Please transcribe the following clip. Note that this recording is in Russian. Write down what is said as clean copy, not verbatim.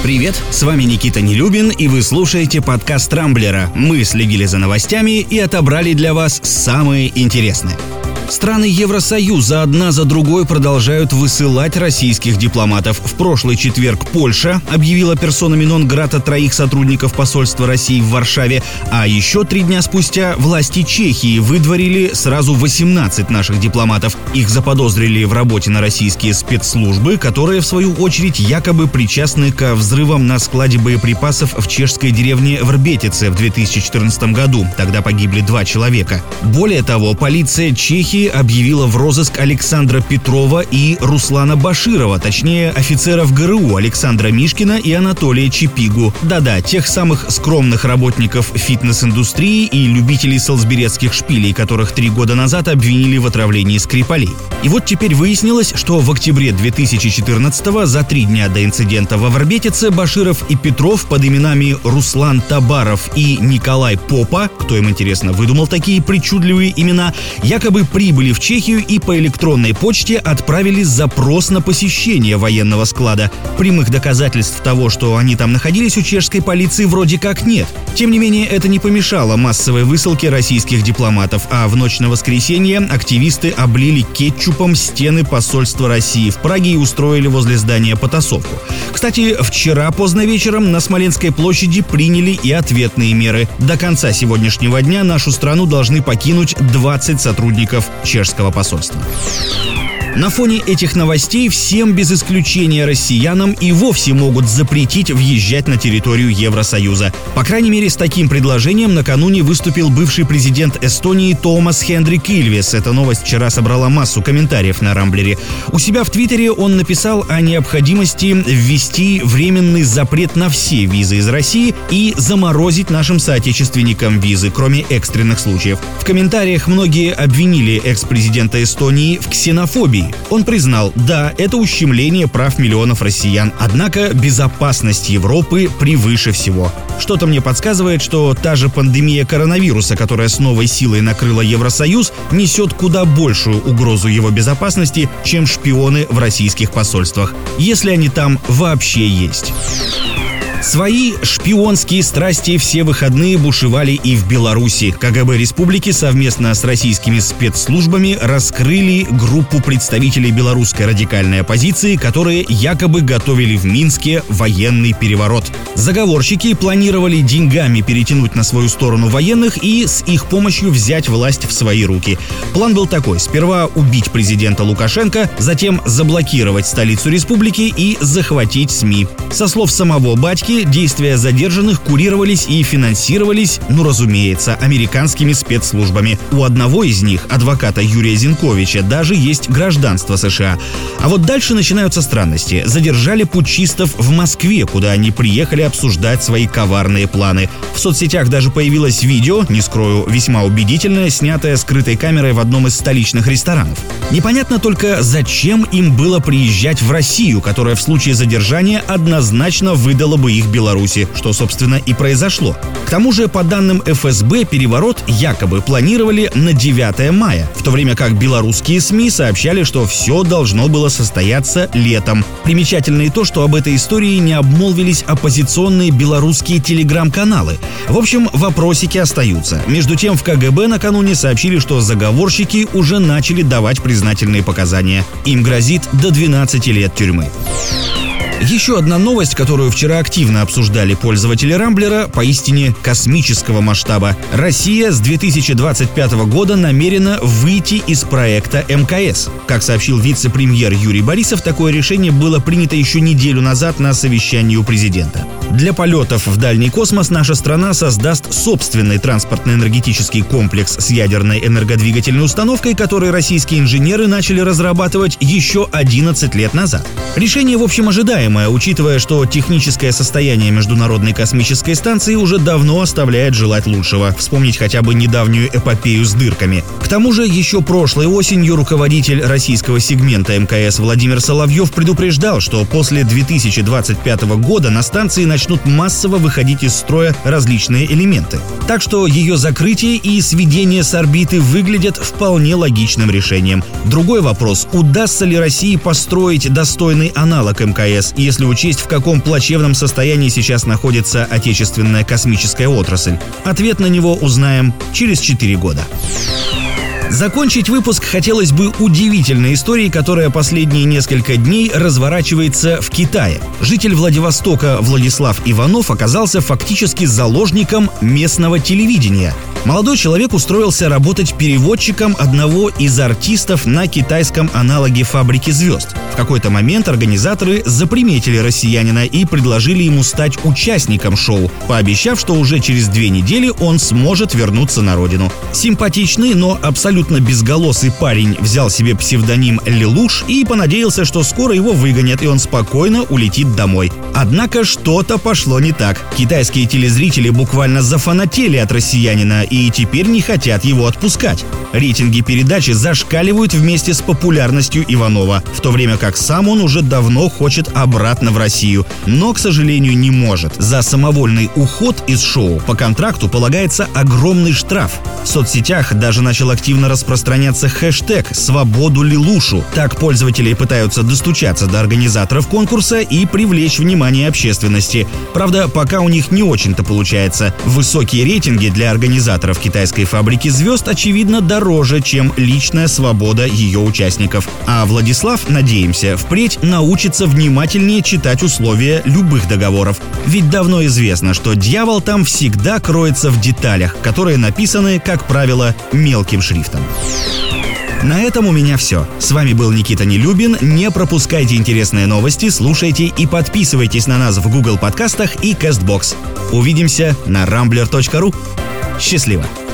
Привет, с вами Никита Нелюбин, и вы слушаете подкаст Рамблера. Мы следили за новостями и отобрали для вас самые интересные. Страны Евросоюза одна за другой продолжают высылать российских дипломатов. В прошлый четверг Польша объявила персонами нон-грата 3 сотрудников посольства России в Варшаве, а еще 3 дня спустя власти Чехии выдворили сразу 18 наших дипломатов. Их заподозрили в работе на российские спецслужбы, которые, в свою очередь, якобы причастны к взрывам на складе боеприпасов в чешской деревне Врбетице в 2014 году. Тогда погибли 2 человека. Более того, полиция Чехии объявила в розыск Александра Петрова и Руслана Баширова, точнее, офицеров ГРУ Александра Мишкина и Анатолия Чипигу. Да-да, тех самых скромных работников фитнес-индустрии и любителей солсберецких шпилей, которых 3 года назад обвинили в отравлении Скрипалей. И вот теперь выяснилось, что в октябре 2014-го, за 3 дня до инцидента во Врбетице, Баширов и Петров под именами Руслан Табаров и Николай Попа, кто им, интересно, выдумал такие причудливые имена, якобы прибыли в Чехию и по электронной почте отправили запрос на посещение военного склада. Прямых доказательств того, что они там находились, у чешской полиции вроде как нет. Тем не менее, это не помешало массовой высылке российских дипломатов, а в ночь на воскресенье активисты облили кетчупом стены посольства России в Праге и устроили возле здания потасовку. Кстати, вчера поздно вечером на Смоленской площади приняли и ответные меры. До конца сегодняшнего дня нашу страну должны покинуть 20 сотрудников чешского посольства. На фоне этих новостей всем без исключения россиянам и вовсе могут запретить въезжать на территорию Евросоюза. По крайней мере, с таким предложением накануне выступил бывший президент Эстонии Томас Хендрик Ильвес. Эта новость вчера собрала массу комментариев на Рамблере. У себя в Твиттере он написал о необходимости ввести временный запрет на все визы из России и заморозить нашим соотечественникам визы, кроме экстренных случаев. В комментариях многие обвинили экс-президента Эстонии в ксенофобии. Он признал, да, это ущемление прав миллионов россиян, однако безопасность Европы превыше всего. Что-то мне подсказывает, что та же пандемия коронавируса, которая с новой силой накрыла Евросоюз, несет куда большую угрозу его безопасности, чем шпионы в российских посольствах, если они там вообще есть. Свои шпионские страсти все выходные бушевали и в Беларуси. КГБ республики совместно с российскими спецслужбами раскрыли группу представителей белорусской радикальной оппозиции, которые якобы готовили в Минске военный переворот. Заговорщики планировали деньгами перетянуть на свою сторону военных и с их помощью взять власть в свои руки. План был такой: сперва убить президента Лукашенко, затем заблокировать столицу республики и захватить СМИ. Со слов самого батьки, действия задержанных курировались и финансировались, разумеется, американскими спецслужбами. У одного из них, адвоката Юрия Зинковича, даже есть гражданство США. А вот дальше начинаются странности. Задержали путчистов в Москве, куда они приехали обсуждать свои коварные планы. В соцсетях даже появилось видео, не скрою, весьма убедительное, снятое скрытой камерой в одном из столичных ресторанов. Непонятно только, зачем им было приезжать в Россию, которая в случае задержания однозначно выдала бы их Беларуси, что, собственно, и произошло. К тому же, по данным ФСБ, переворот якобы планировали на 9 мая, в то время как белорусские СМИ сообщали, что все должно было состояться летом. Примечательно и то, что об этой истории не обмолвились оппозиционные белорусские телеграм-каналы. В общем, вопросики остаются. Между тем, в КГБ накануне сообщили, что заговорщики уже начали давать признательные показания. Им грозит до 12 лет тюрьмы. Еще одна новость, которую вчера активно обсуждали пользователи Рамблера, поистине космического масштаба. Россия с 2025 года намерена выйти из проекта МКС. Как сообщил вице-премьер Юрий Борисов, такое решение было принято еще неделю назад на совещании у президента. Для полетов в дальний космос наша страна создаст собственный транспортно-энергетический комплекс с ядерной энергодвигательной установкой, который российские инженеры начали разрабатывать еще 11 лет назад. Решение, в общем, ожидаемое, учитывая, что техническое состояние Международной космической станции уже давно оставляет желать лучшего. Вспомнить хотя бы недавнюю эпопею с дырками. К тому же, еще прошлой осенью руководитель российского сегмента МКС Владимир Соловьев предупреждал, что после 2025 года на станции начнут начнут массово выходить из строя различные элементы. Так что ее закрытие и сведение с орбиты выглядят вполне логичным решением. Другой вопрос – удастся ли России построить достойный аналог МКС, если учесть, в каком плачевном состоянии сейчас находится отечественная космическая отрасль? Ответ на него узнаем через 4 года. Закончить выпуск хотелось бы удивительной историей, которая последние несколько дней разворачивается в Китае. Житель Владивостока Владислав Иванов оказался фактически заложником местного телевидения. Молодой человек устроился работать переводчиком одного из артистов на китайском аналоге «Фабрики звезд». В какой-то момент организаторы заприметили россиянина и предложили ему стать участником шоу, пообещав, что уже через 2 недели он сможет вернуться на родину. Симпатичный, но абсолютно безголосый парень взял себе псевдоним Лелуш и понадеялся, что скоро его выгонят, и он спокойно улетит домой. Однако что-то пошло не так. Китайские телезрители буквально зафанатели от россиянина и теперь не хотят его отпускать. Рейтинги передачи зашкаливают вместе с популярностью Иванова, в то время как сам он уже давно хочет обратно в Россию, но, к сожалению, не может. За самовольный уход из шоу по контракту полагается огромный штраф. В соцсетях даже начал активно распространяться хэштег «Свободу Лелушу». Так пользователи пытаются достучаться до организаторов конкурса и привлечь внимание общественности. Правда, пока у них не очень-то получается. Высокие рейтинги для организаторов китайской «Фабрики звезд» очевидно дороже, чем личная свобода ее участников. А Владислав, надеемся, впредь научится внимательнее читать условия любых договоров. Ведь давно известно, что дьявол там всегда кроется в деталях, которые написаны, как правило, мелким шрифтом. На этом у меня все. С вами был Никита Нелюбин. Не пропускайте интересные новости, слушайте и подписывайтесь на нас в Google подкастах и CastBox. Увидимся на rambler.ru. Счастливо!